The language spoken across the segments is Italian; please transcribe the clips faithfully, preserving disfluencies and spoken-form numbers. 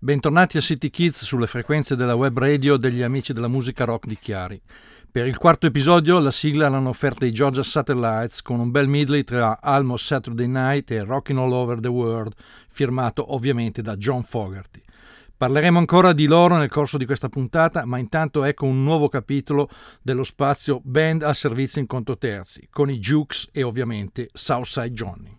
Bentornati a City Kids sulle frequenze della web radio degli amici della musica rock di Chiari. Per il quarto episodio la sigla l'hanno offerta i Georgia Satellites con un bel medley tra Almost Saturday Night e Rockin' All Over the World, firmato ovviamente da John Fogerty. Parleremo ancora di loro nel corso di questa puntata, ma intanto ecco un nuovo capitolo dello spazio band al servizio in conto terzi, con i Jukes e ovviamente Southside Johnny.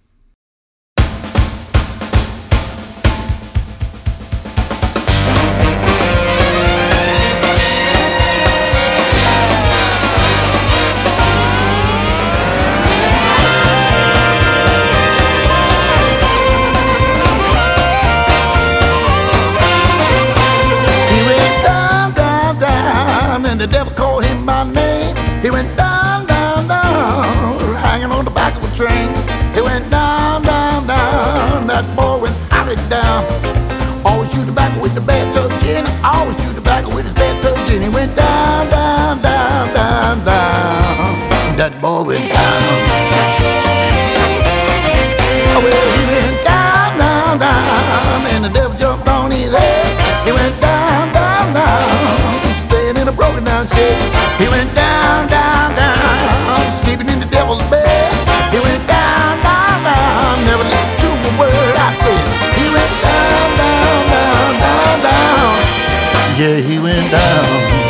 The devil called him by name. He went down, down, down, hanging on the back of a train. He went down, down, down. That boy went solid down. Always shoot the back with the bathtub gin. Always shoot the back with his bathtub gin. He went down, down, down, down, down. That boy went down. Oh, well, he went down, down, down, and the devil jumped on his head. He went down, down, down. In a broken down shed. He went down, down, down, sleeping in the devil's bed. He went down, down, down, never listened to a word I said. He went down, down, down, down, down. Yeah, he went down.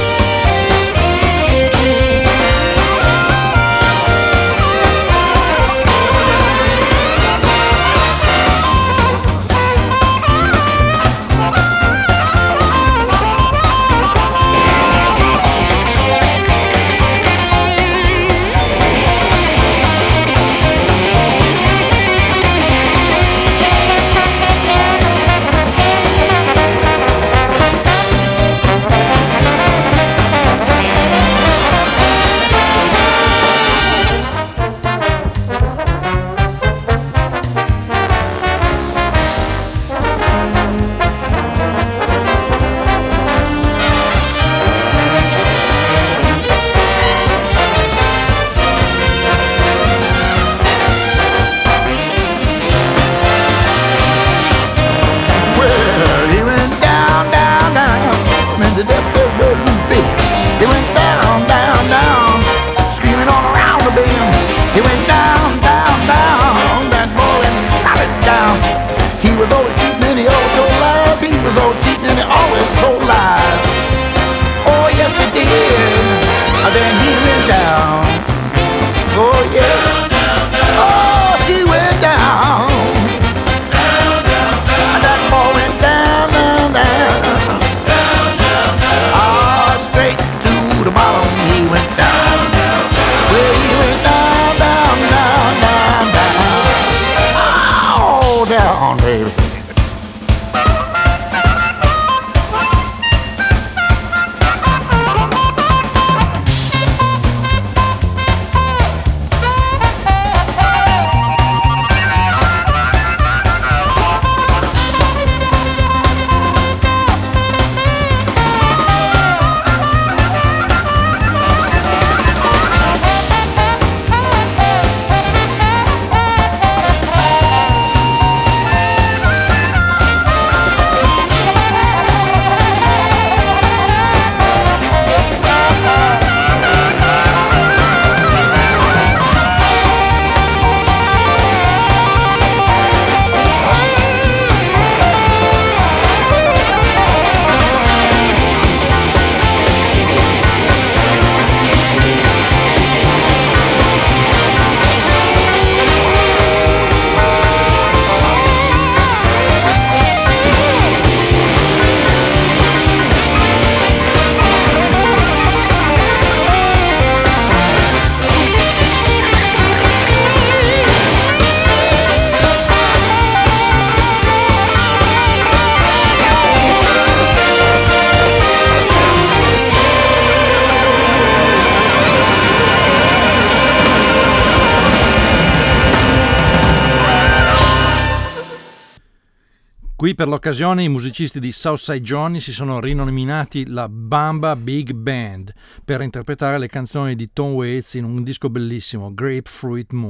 Qui per l'occasione i musicisti di Southside Johnny si sono rinominati la Bamba Big Band per interpretare le canzoni di Tom Waits in un disco bellissimo, Grapefruit Moon.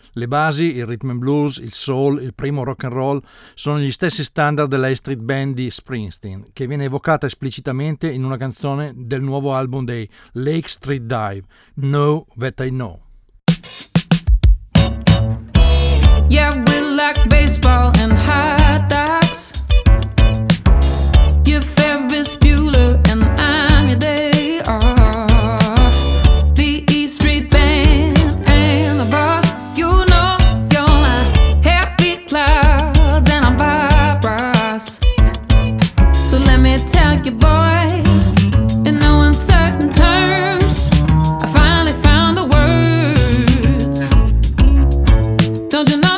Le basi, il rhythm and blues, il soul, il primo rock and roll sono gli stessi standard della A Street Band di Springsteen, che viene evocata esplicitamente in una canzone del nuovo album dei Lake Street Dive, Know That I Know. Yeah, we like baseball and hot dogs. You're Ferris Bueller and I'm your day off. The E Street Band and the boss, you know you're my happy clouds and I'm Bob Ross. So let me tell you, boy, in no uncertain terms, I finally found the words. Don't you know?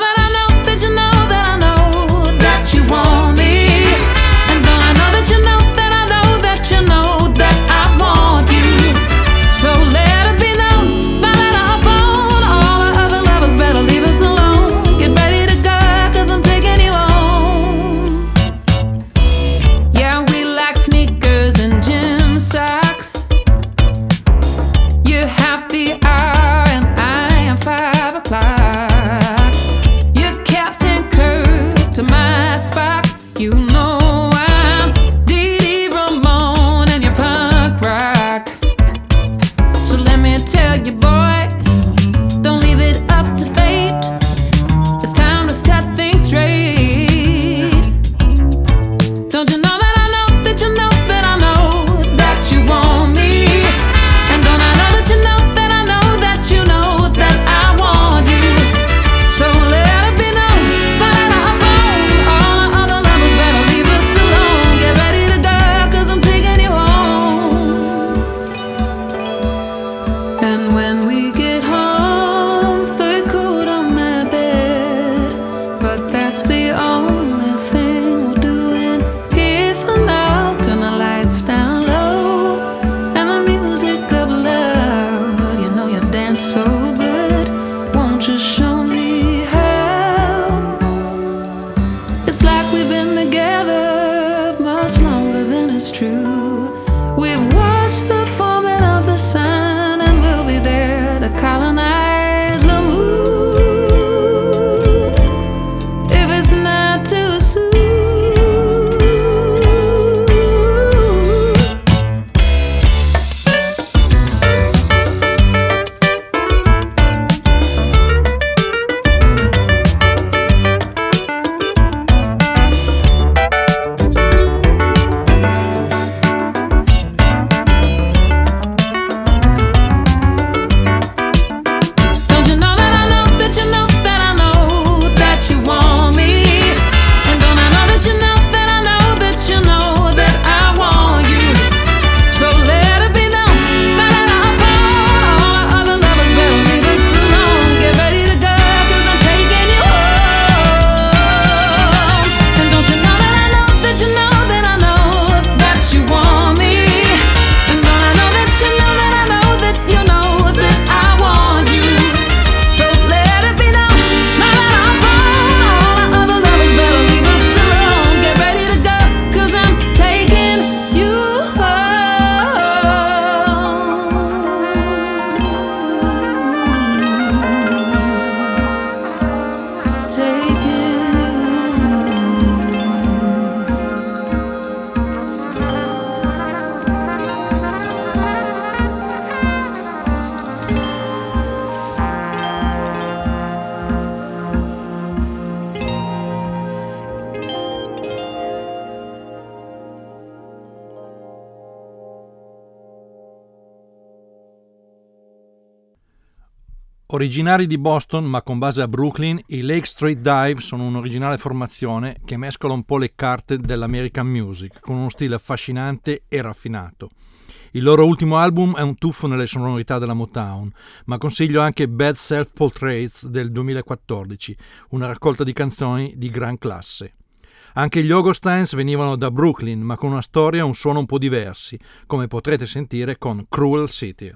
Originari di Boston ma con base a Brooklyn, i Lake Street Dive sono un'originale formazione che mescola un po' le carte dell'American music con uno stile affascinante e raffinato. Il loro ultimo album è un tuffo nelle sonorità della Motown, ma consiglio anche Bad Self Portraits del duemilaquattordici, una raccolta di canzoni di gran classe. Anche gli Augustines venivano da Brooklyn, ma con una storia e un suono un po' diversi, come potrete sentire con Cruel City.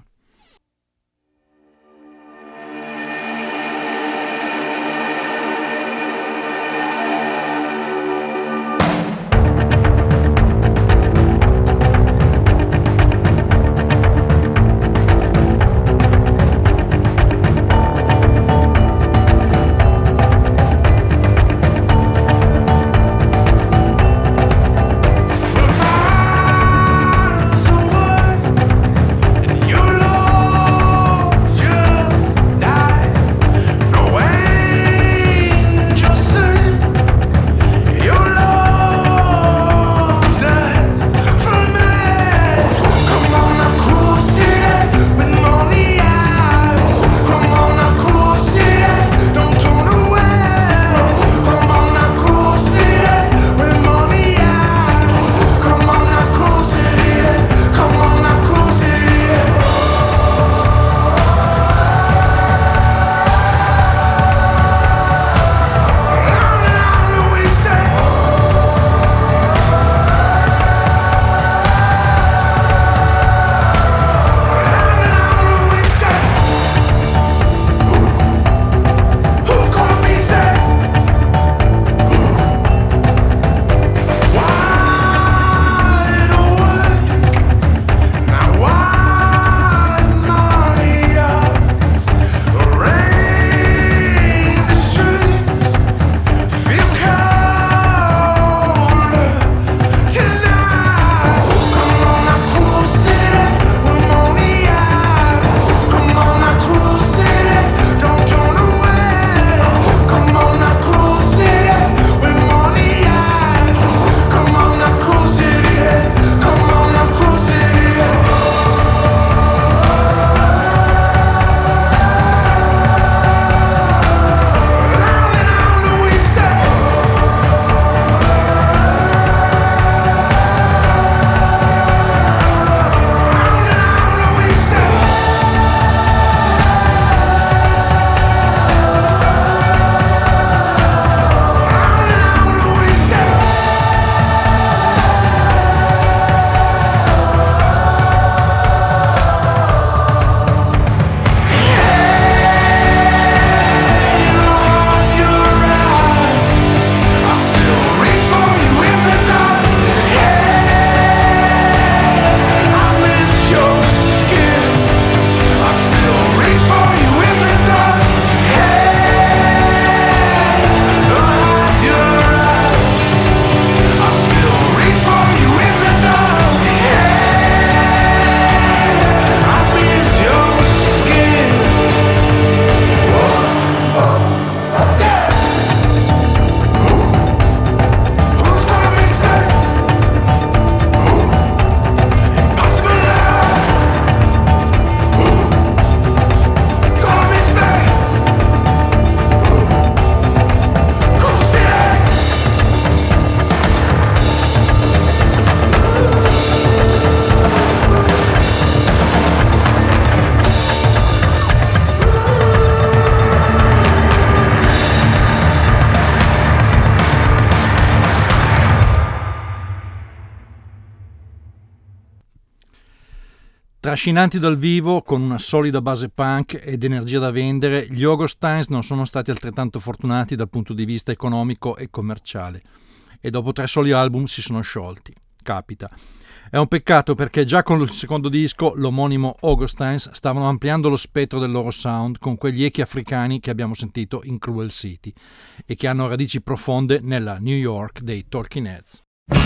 Trascinanti dal vivo, con una solida base punk ed energia da vendere, gli Augustynes non sono stati altrettanto fortunati dal punto di vista economico e commerciale, e dopo tre soli album si sono sciolti. Capita. È un peccato perché già con il secondo disco, l'omonimo Augustynes, stavano ampliando lo spettro del loro sound con quegli echi africani che abbiamo sentito in Cruel City e che hanno radici profonde nella New York dei Talking Heads.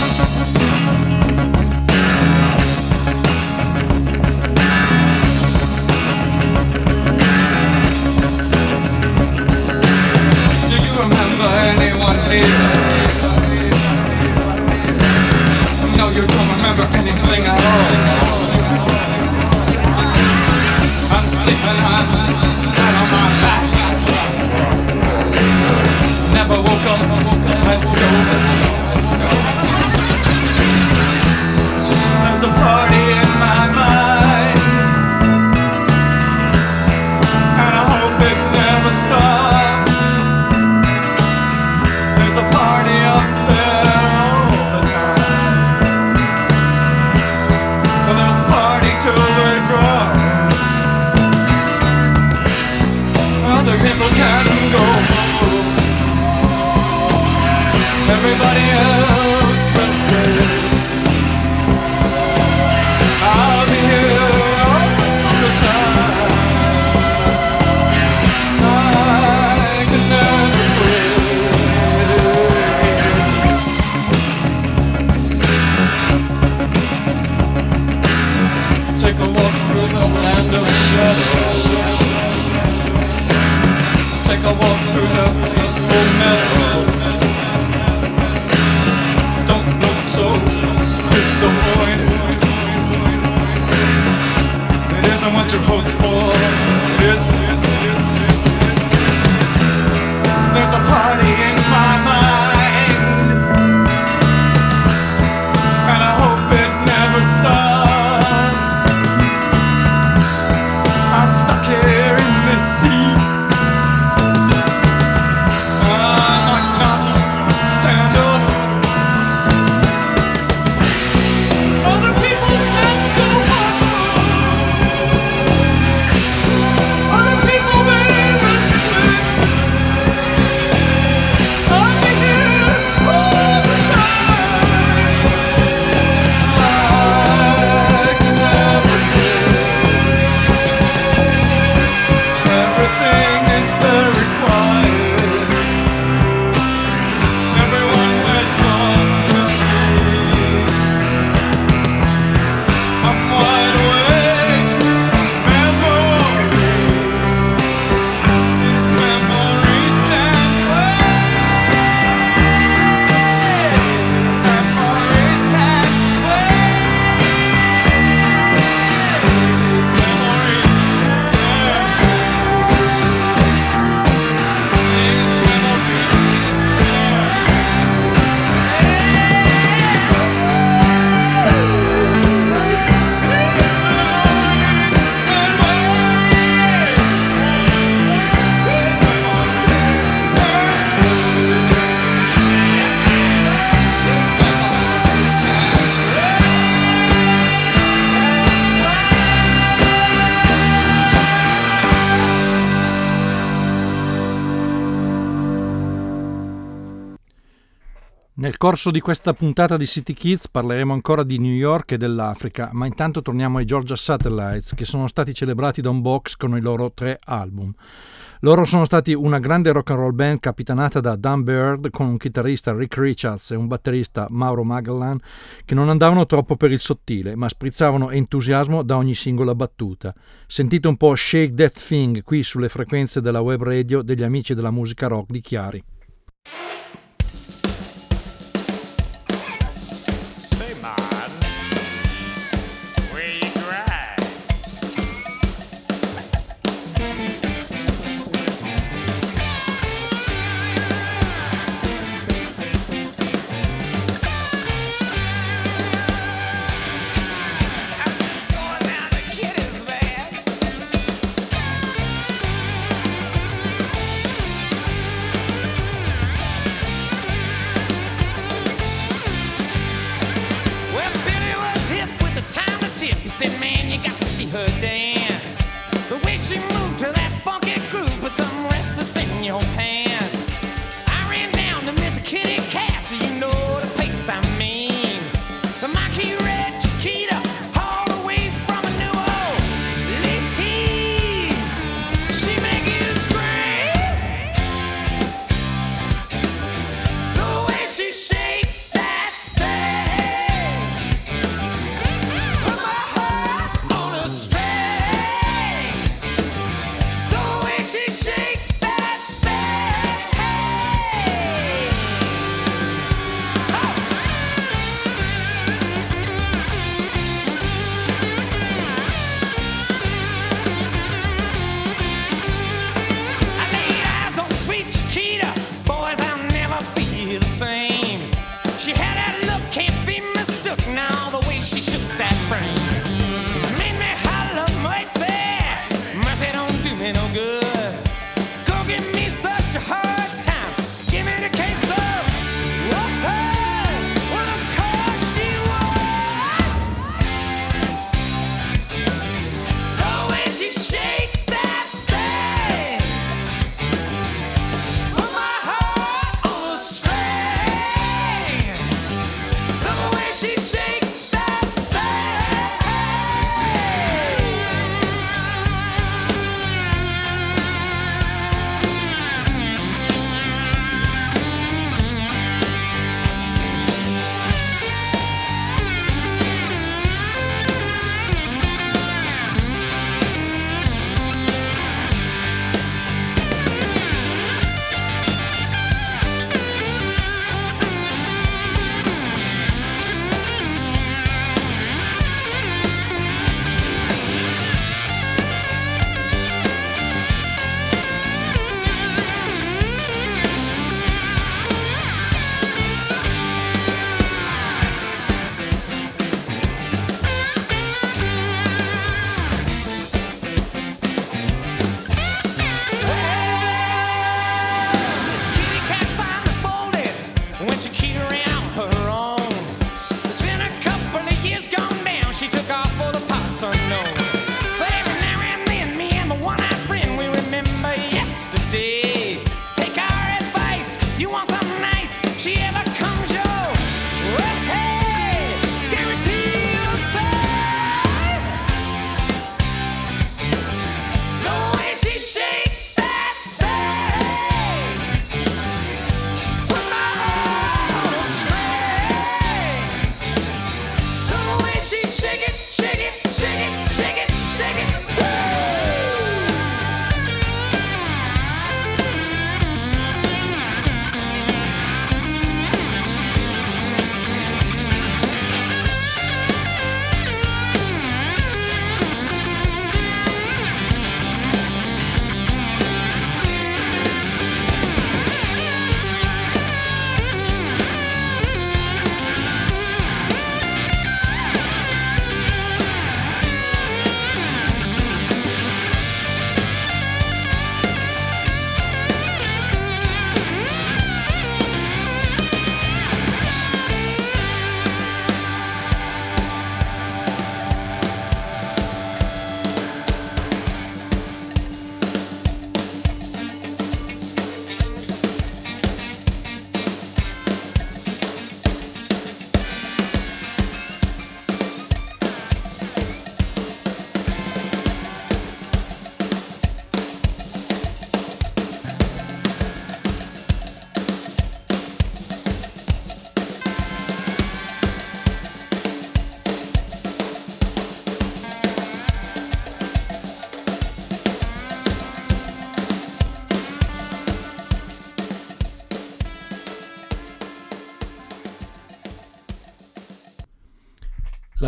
Anyone here? No, you don't remember anything at all. I'm sleeping, I'm flat on my back. Never woke up, let go of the beats. There's a party in my mind, and I hope it never stops. A party up there all the time. They'll party till they drop. Other people can go home. Everybody else will stay. I'll be here all the time. I can never quit. Take a walk through the land of shadows. Take a walk through the peaceful meadows. Don't look so disappointed. It isn't what you hoped for, is it? There's a party in my mind, and I hope it never stops. I'm stuck here in this seat. I might not stand up. Other people can go home. Other people they will split. I'll be here all the time. I can never quit. Everything is very quiet. Everyone has gone to sleep. I'm wide awake. Memories. These memories can't wait. These memories can't wait. These memories can't wait. These memories Nel corso di questa puntata di City Kids parleremo ancora di New York e dell'Africa, ma intanto torniamo ai Georgia Satellites, che sono stati celebrati da un box con i loro tre album. Loro sono stati una grande rock and roll band capitanata da Dan Baird, con un chitarrista Rick Richards e un batterista Mauro Magellan, che non andavano troppo per il sottile, ma sprizzavano entusiasmo da ogni singola battuta. Sentite un po' Shake That Thing qui sulle frequenze della web radio degli amici della musica rock di Chiari. Say, man, where you drive? I'm just going down to Kitty's, man.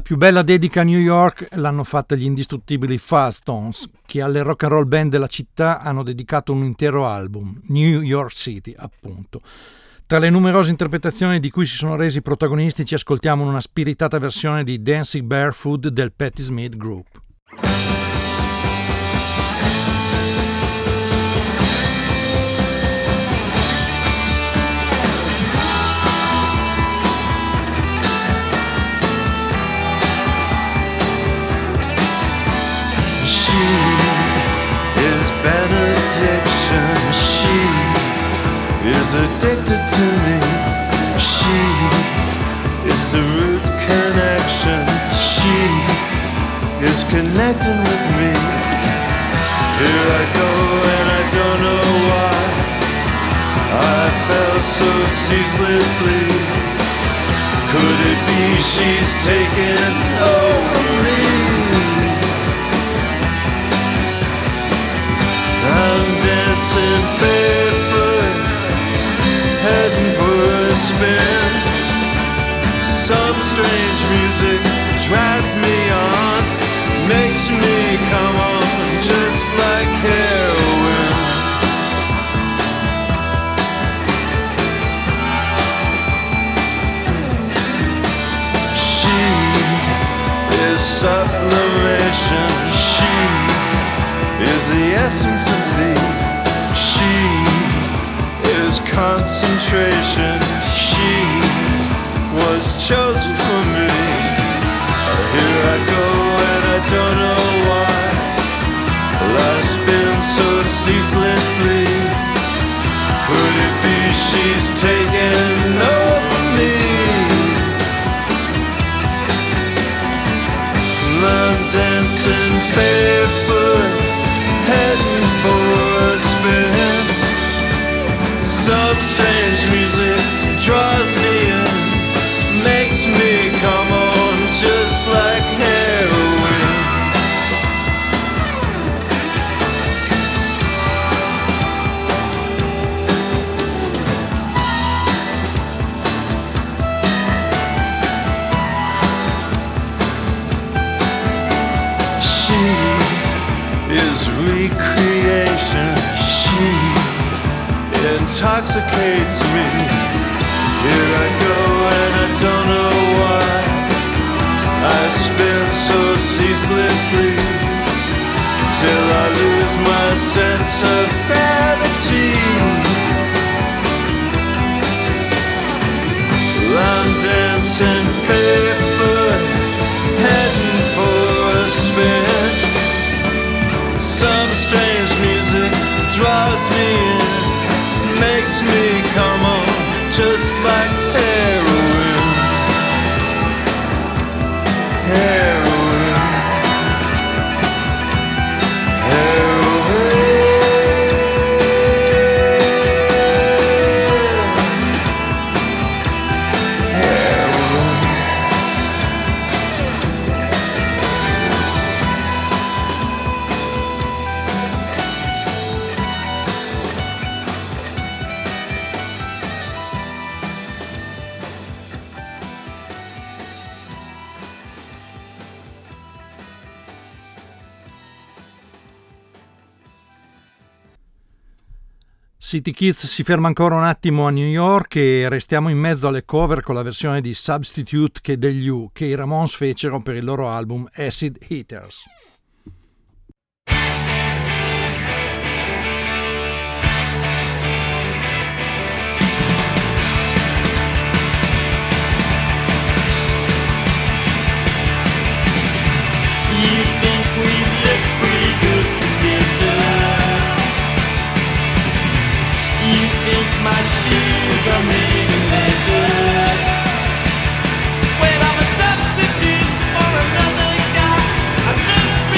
più bella dedica a New York l'hanno fatta gli indistruttibili Firstones, che alle rock and roll band della città hanno dedicato un intero album, New York City, appunto. Tra le numerose interpretazioni di cui si sono resi protagonisti ci ascoltiamo una spiritata versione di Dancing Barefoot del Patti Smith Group. Is addicted to me. She is a root connection. She is connecting with me. Here I go and I don't know why I fell so ceaselessly. Could it be she's taken over me? I'm dancing barefoot, heading for a spin. Some strange music drives me on, makes me come on just like heroin. She is sublimation. She is the essence of thee. She is concentration. She was chosen for me. Here I go and I don't know why I spin so ceaselessly. Could it be she's taken over me? I'm dancing barefoot, heading for a spin. Some strange music draws me in, makes me come on just like heroin. She is recreation. She intoxicates me. Here I go and I don't know why I spin so ceaselessly till I lose my sense of gravity. I'm dancing barefoot, heading for a spin. Some strange music draws me in, makes me come on just like heroin. Heroin. Heroin. Heroin. City Kids si ferma ancora un attimo a New York e restiamo in mezzo alle cover con la versione di Substitute che degli U che i Ramones fecero per il loro album Acid Eaters. You think we look pretty good together? You think my shoes are made of leather? Well, I'm a substitute for another guy. I look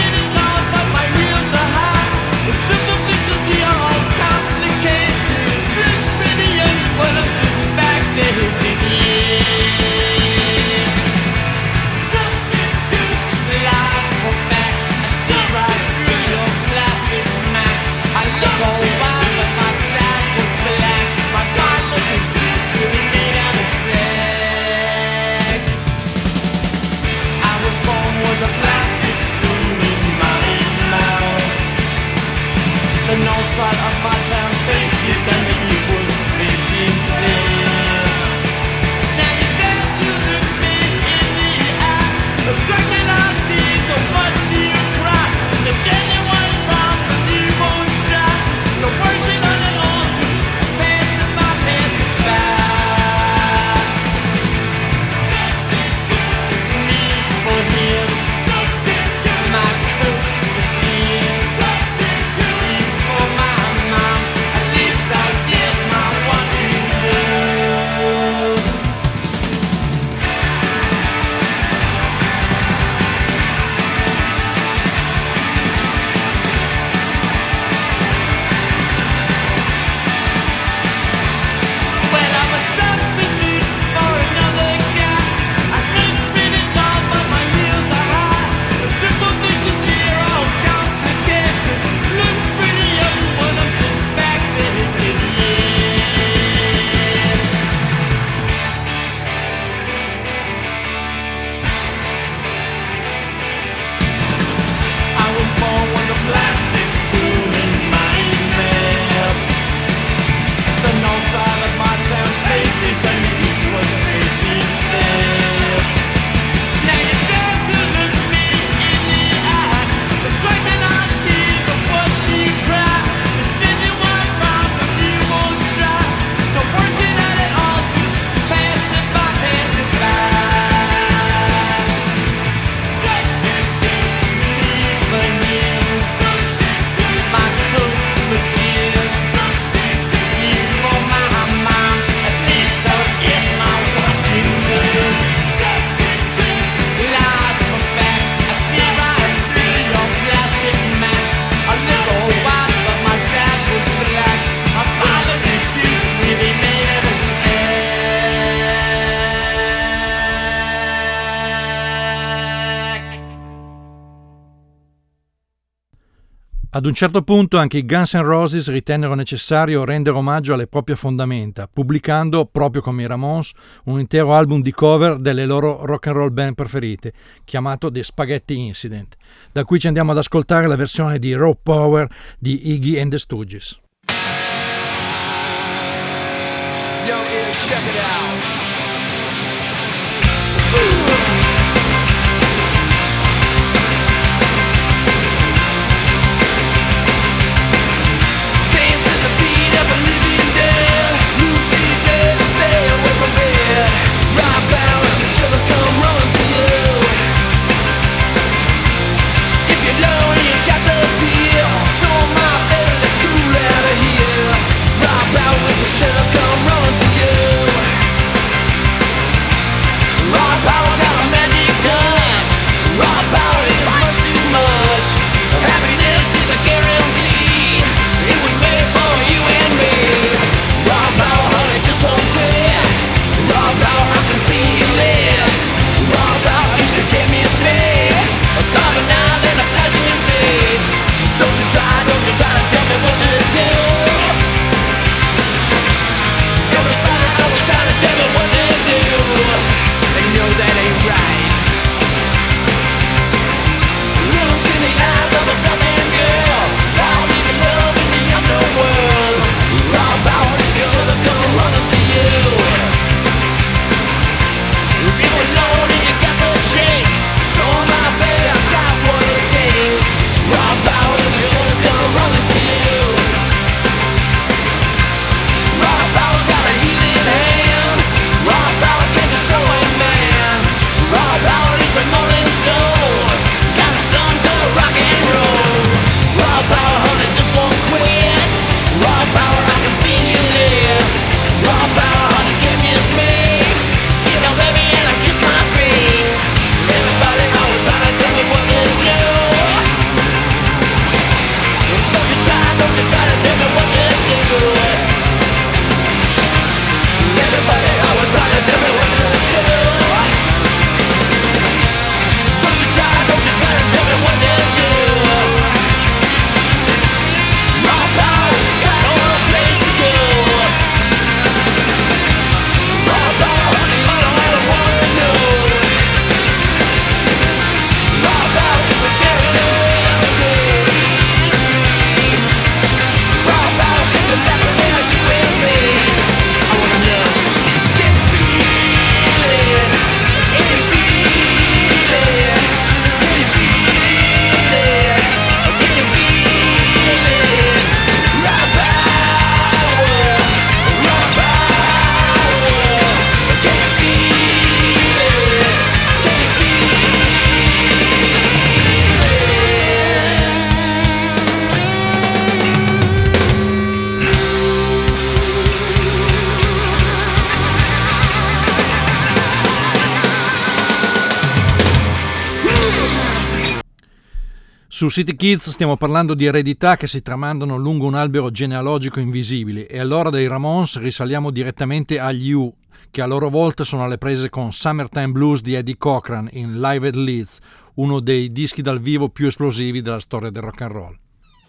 Ad un certo punto anche i Guns N' Roses ritennero necessario rendere omaggio alle proprie fondamenta, pubblicando, proprio come i Ramones, un intero album di cover delle loro rock and roll band preferite, chiamato The Spaghetti Incident, da cui ci andiamo ad ascoltare la versione di Raw Power di Iggy and the Stooges. Yo, Ear, check it out. Dance to the beat of a living dead. Lucy, baby, stay away from bed. Rock balance, I should've come running to you. If you're lonely, you got the feel. So my baby, let's cool out of here. Rock balance, I should've come running to you. Raw power's got a magic touch. Raw power is much too much. Happiness is a guarantee. It was made for you and me. Raw power, honey, just won't quit. Raw power, I can feel it. Raw power, you can't miss me. A carbon knives and a flashing fade. Don't you try, don't you try to tell me what to do. Everybody always trying to tell me what to do. They know that ain't right. Look in the eyes of a southern girl. All you can love in the underworld. Raw power is sure to come running to you. If you're alone and you got the shakes, so my baby, I got what it takes. Raw power is sure to come running to you. Raw power's got a healing hand. Raw power can destroy a man. Raw power is a morning soul. Got some to rock and roll. Raw power, honey, just won't quit. Raw power, I can feel it. Raw power, honey, can't miss me. You know, baby, and I kiss my feet. Everybody always trying to tell me what to do. Don't you try, don't you try to tell me what to do. Everybody always trying to tell me what to do. Don't you try, don't you try to tell me what to do. Raw power's got no place to go. Raw power, honey, you know I want to know. Raw power is a guarantee. Raw power is a definite you and me. I wanna know. Can you feel it? Can you feel it? Can you feel it? Can you feel it? Raw power, raw power. Can you feel it? Can you feel it? Su City Kids stiamo parlando di eredità che si tramandano lungo un albero genealogico invisibile, e allora dai Ramones risaliamo direttamente agli U, che a loro volta sono alle prese con Summertime Blues di Eddie Cochran in Live at Leeds, uno dei dischi dal vivo più esplosivi della storia del rock and roll.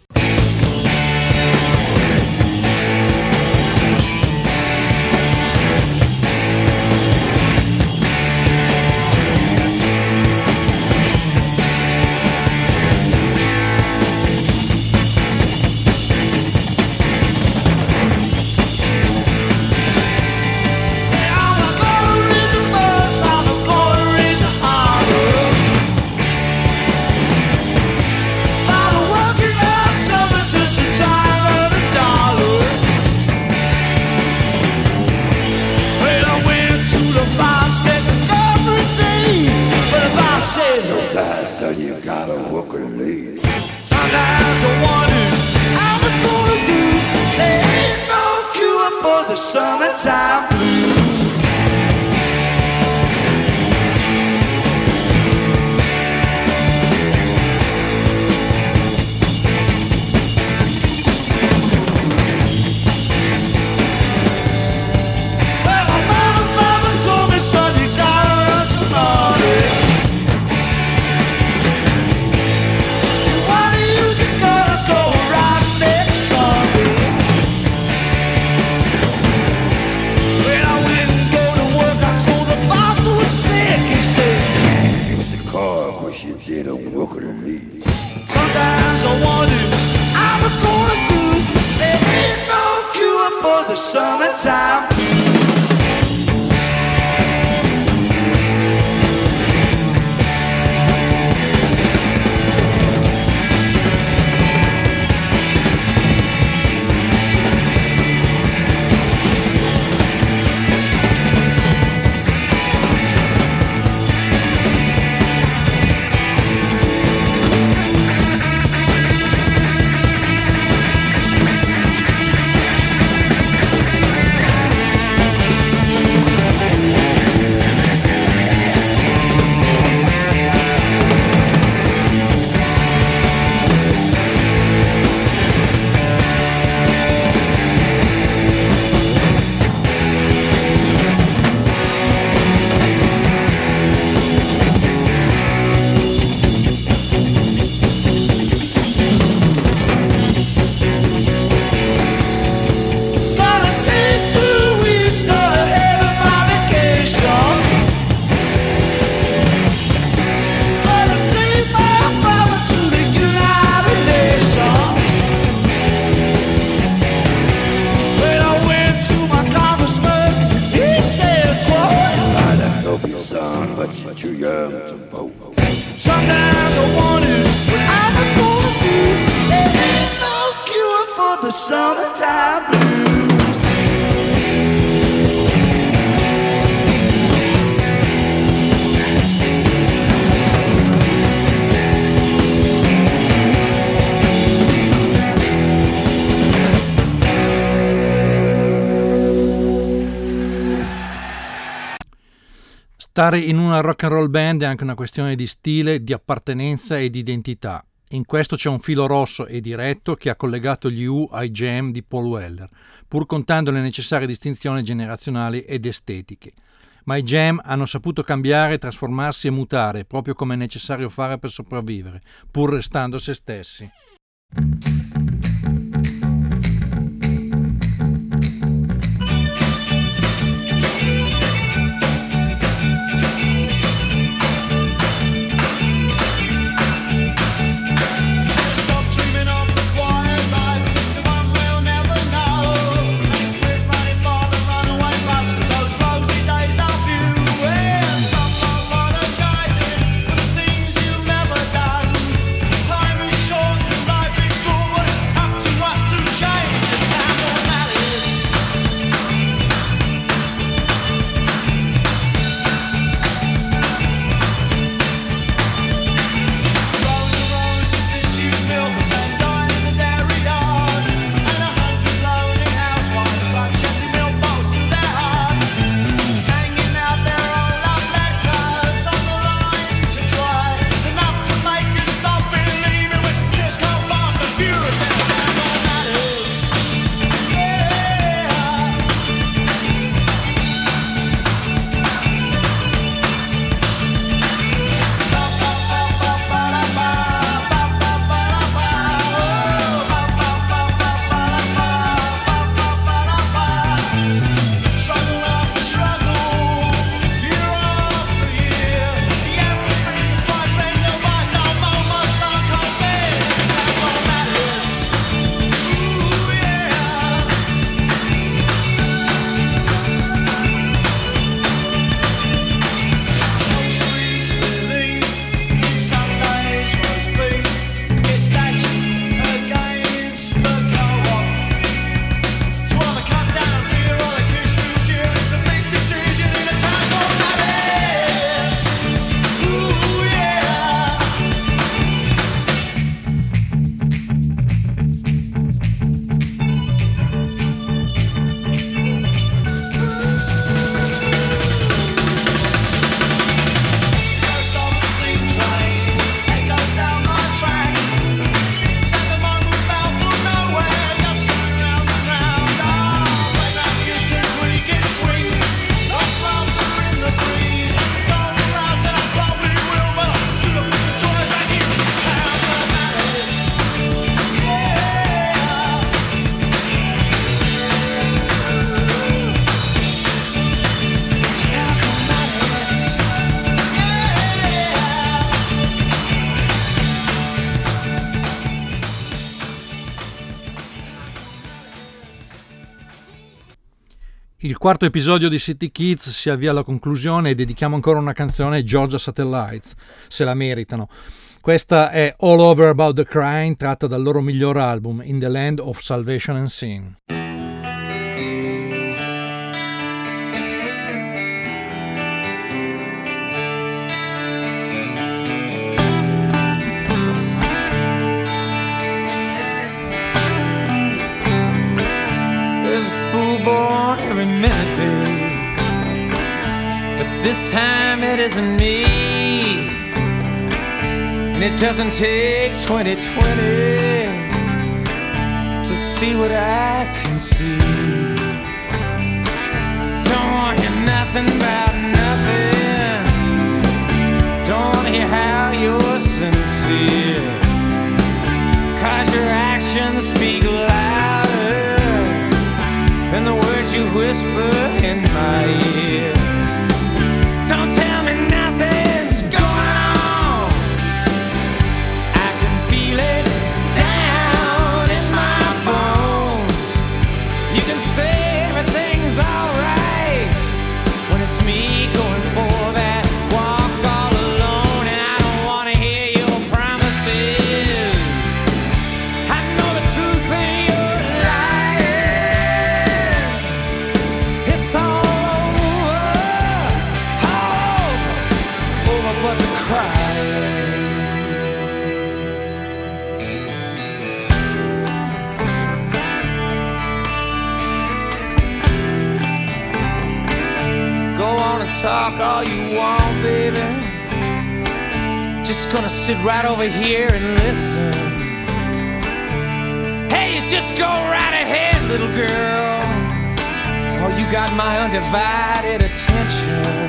I'm gonna raise a fuss, I'm gonna raise a holler. I'm working out something just to try and earn a dollar. Well, I went to the basket every day, but if I say no, Sometimes you gotta walk and leave. sometimes I wonder how I'm gonna do. There ain't no cure for the summertime blues. Well, my mama, mama told me, son, you gotta earn some money. Why do you use a gotta go she don't work or leave. Sometimes I wonder how I'm gonna do. There ain't no cure for the summertime. Stare in una rock and roll band è anche una questione di stile, di appartenenza e di identità. In questo c'è un filo rosso e diretto che ha collegato gli U ai Jam di Paul Weller, pur contando le necessarie distinzioni generazionali ed estetiche. Ma i Jam hanno saputo cambiare, trasformarsi e mutare, proprio come è necessario fare per sopravvivere, pur restando se stessi. Time is short and life is cool. Il quarto episodio di City Kids si avvia alla conclusione e dedichiamo ancora una canzone ai Georgia Satellites, se la meritano. Questa è All Over About the Crying, tratta dal loro miglior album, In the Land of Salvation and Sin. Born every minute, babe, but this time it isn't me, and it doesn't take twenty twenty to see what I can see. Don't want to hear nothing about nothing, don't want to hear how you're sincere, 'cause your actions speak louder than the words you whisper in my ear. Don't tell me nothing's going on, I can feel it down in my bones. You can say everything's alright when it's me going for that walk all alone, and I don't want to hear your promises. I know the truth and you're lying. It's all over, all over, over but the crying. Go on and talk all you want, baby. Just gonna sit right over here and listen. Hey, you just go right ahead, little girl. Oh, you got my undivided attention.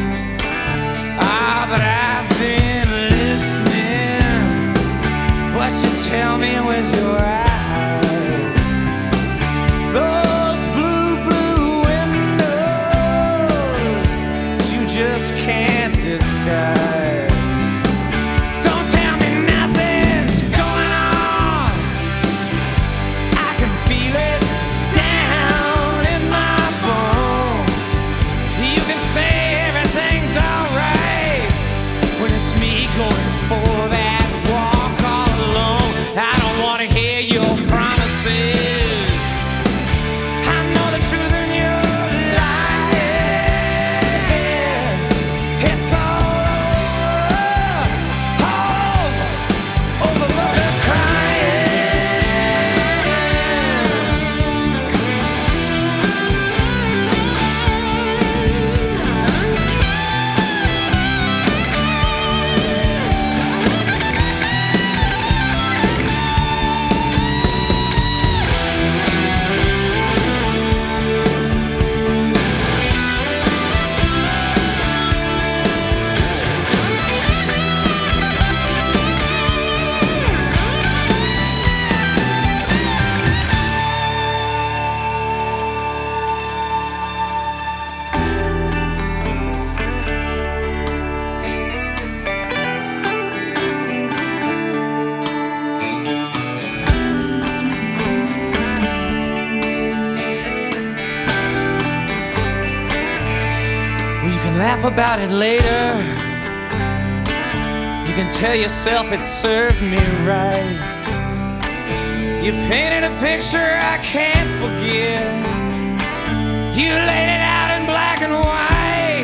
Ah, but I've been listening. What you tell me with your eyes, those blue, blue windows you just can't disguise. Don't tell me nothing's going on, I can feel it down in my bones. You can say everything's alright when it's me going for that walk all alone. I don't wanna hear your promises. I know the truth and you're lying. It's all over, all over, over but the crying. Well, you can laugh about it later. You can tell yourself it served me right. You painted a picture I can't forget. You laid it out in black and white.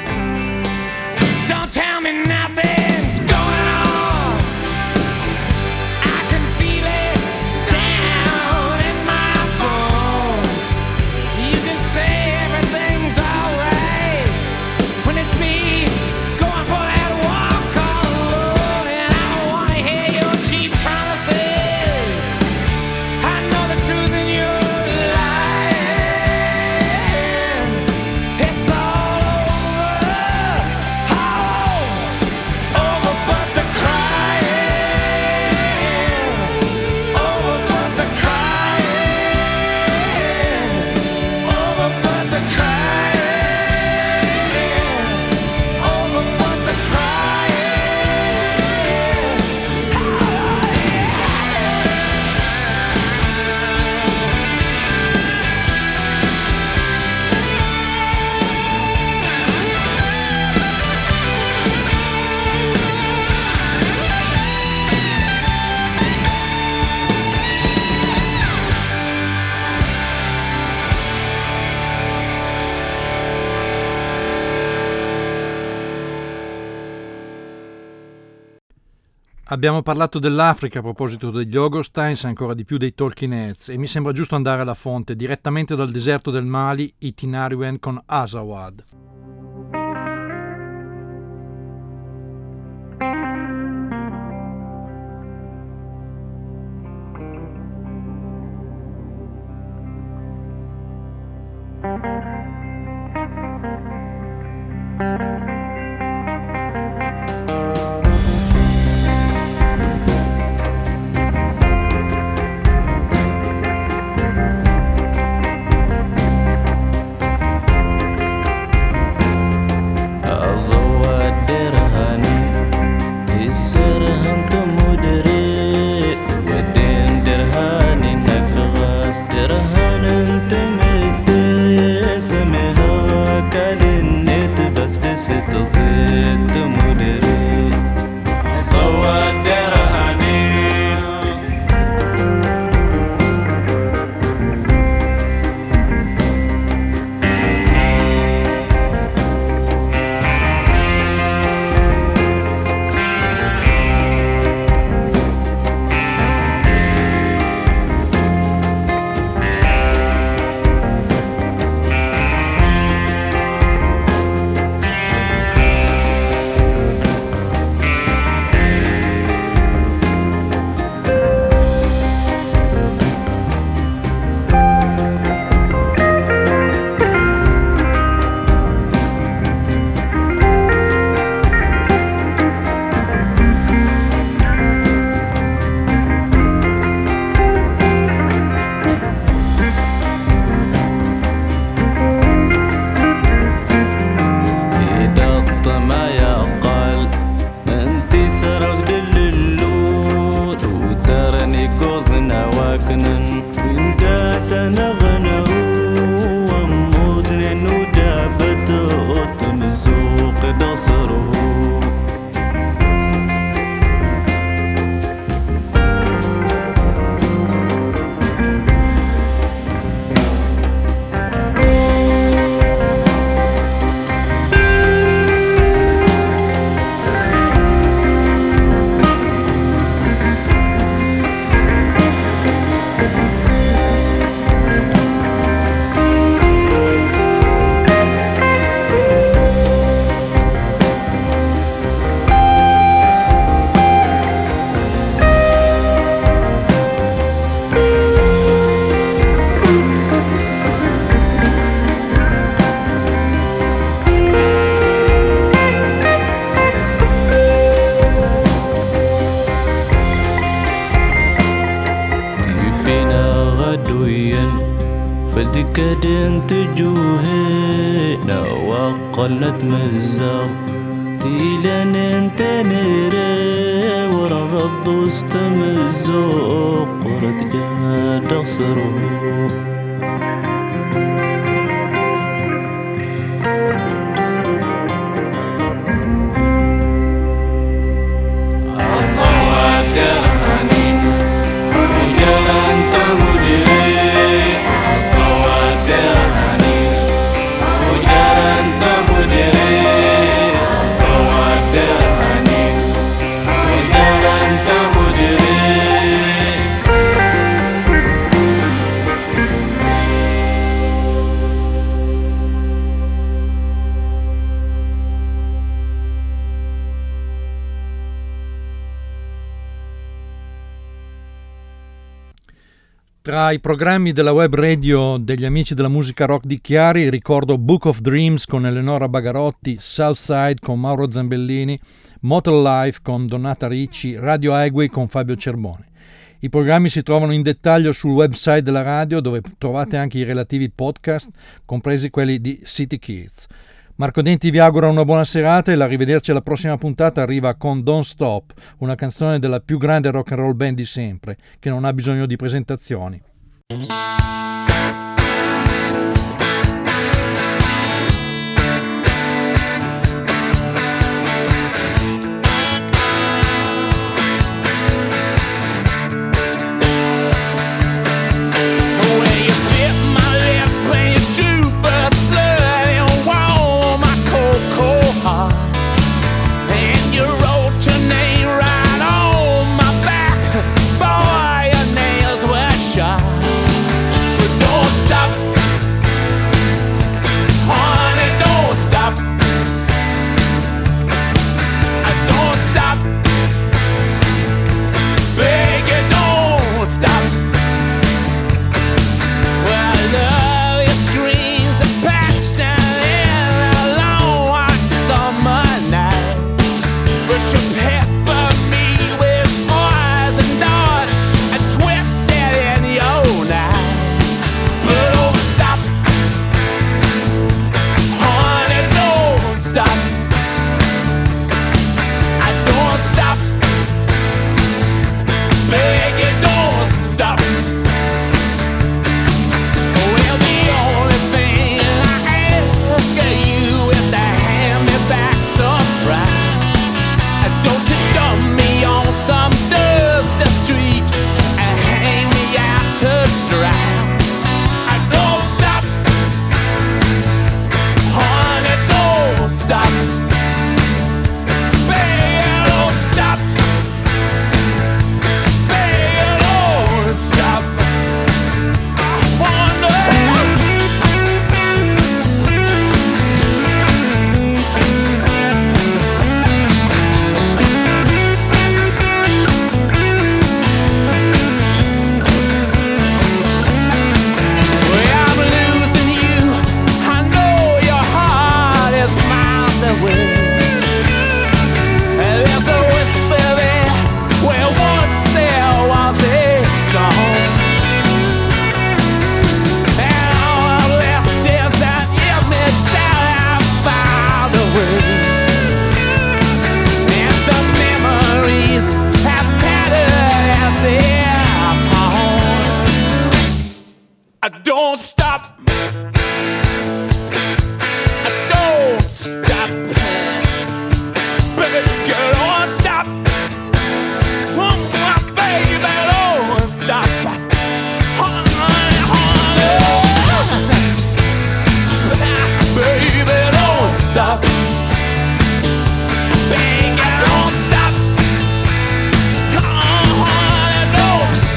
Don't tell me nothing's going on, I can feel it down in my bones. You can say everything's alright when it's me going for that walk all alone, and I don't wanna hear your cheap promises. I know the truth and you're lying. It's all Abbiamo parlato dell'Africa a proposito degli Ogosteins, ancora di più dei Talking Heads, e mi sembra giusto andare alla fonte, direttamente dal deserto del Mali, i Tinariwen con Azawad. فلتكدن تجوهنا وقلت مزاغ تيلان انت نرى ورا رد استمزق ورد جاد اصره Tra i programmi della web radio degli amici della musica rock di Chiari ricordo Book of Dreams con Eleonora Bagarotti, Southside con Mauro Zambellini, Motel Life con Donata Ricci, Radio Highway con Fabio Cerboni. I programmi si trovano in dettaglio sul website della radio, dove trovate anche i relativi podcast, compresi quelli di City Kids. Marco Denti vi augura una buona serata e l'arrivederci alla prossima puntata arriva con Don't Stop, una canzone della più grande rock and roll band di sempre, che non ha bisogno di presentazioni. And you wrote your name right on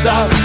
stop.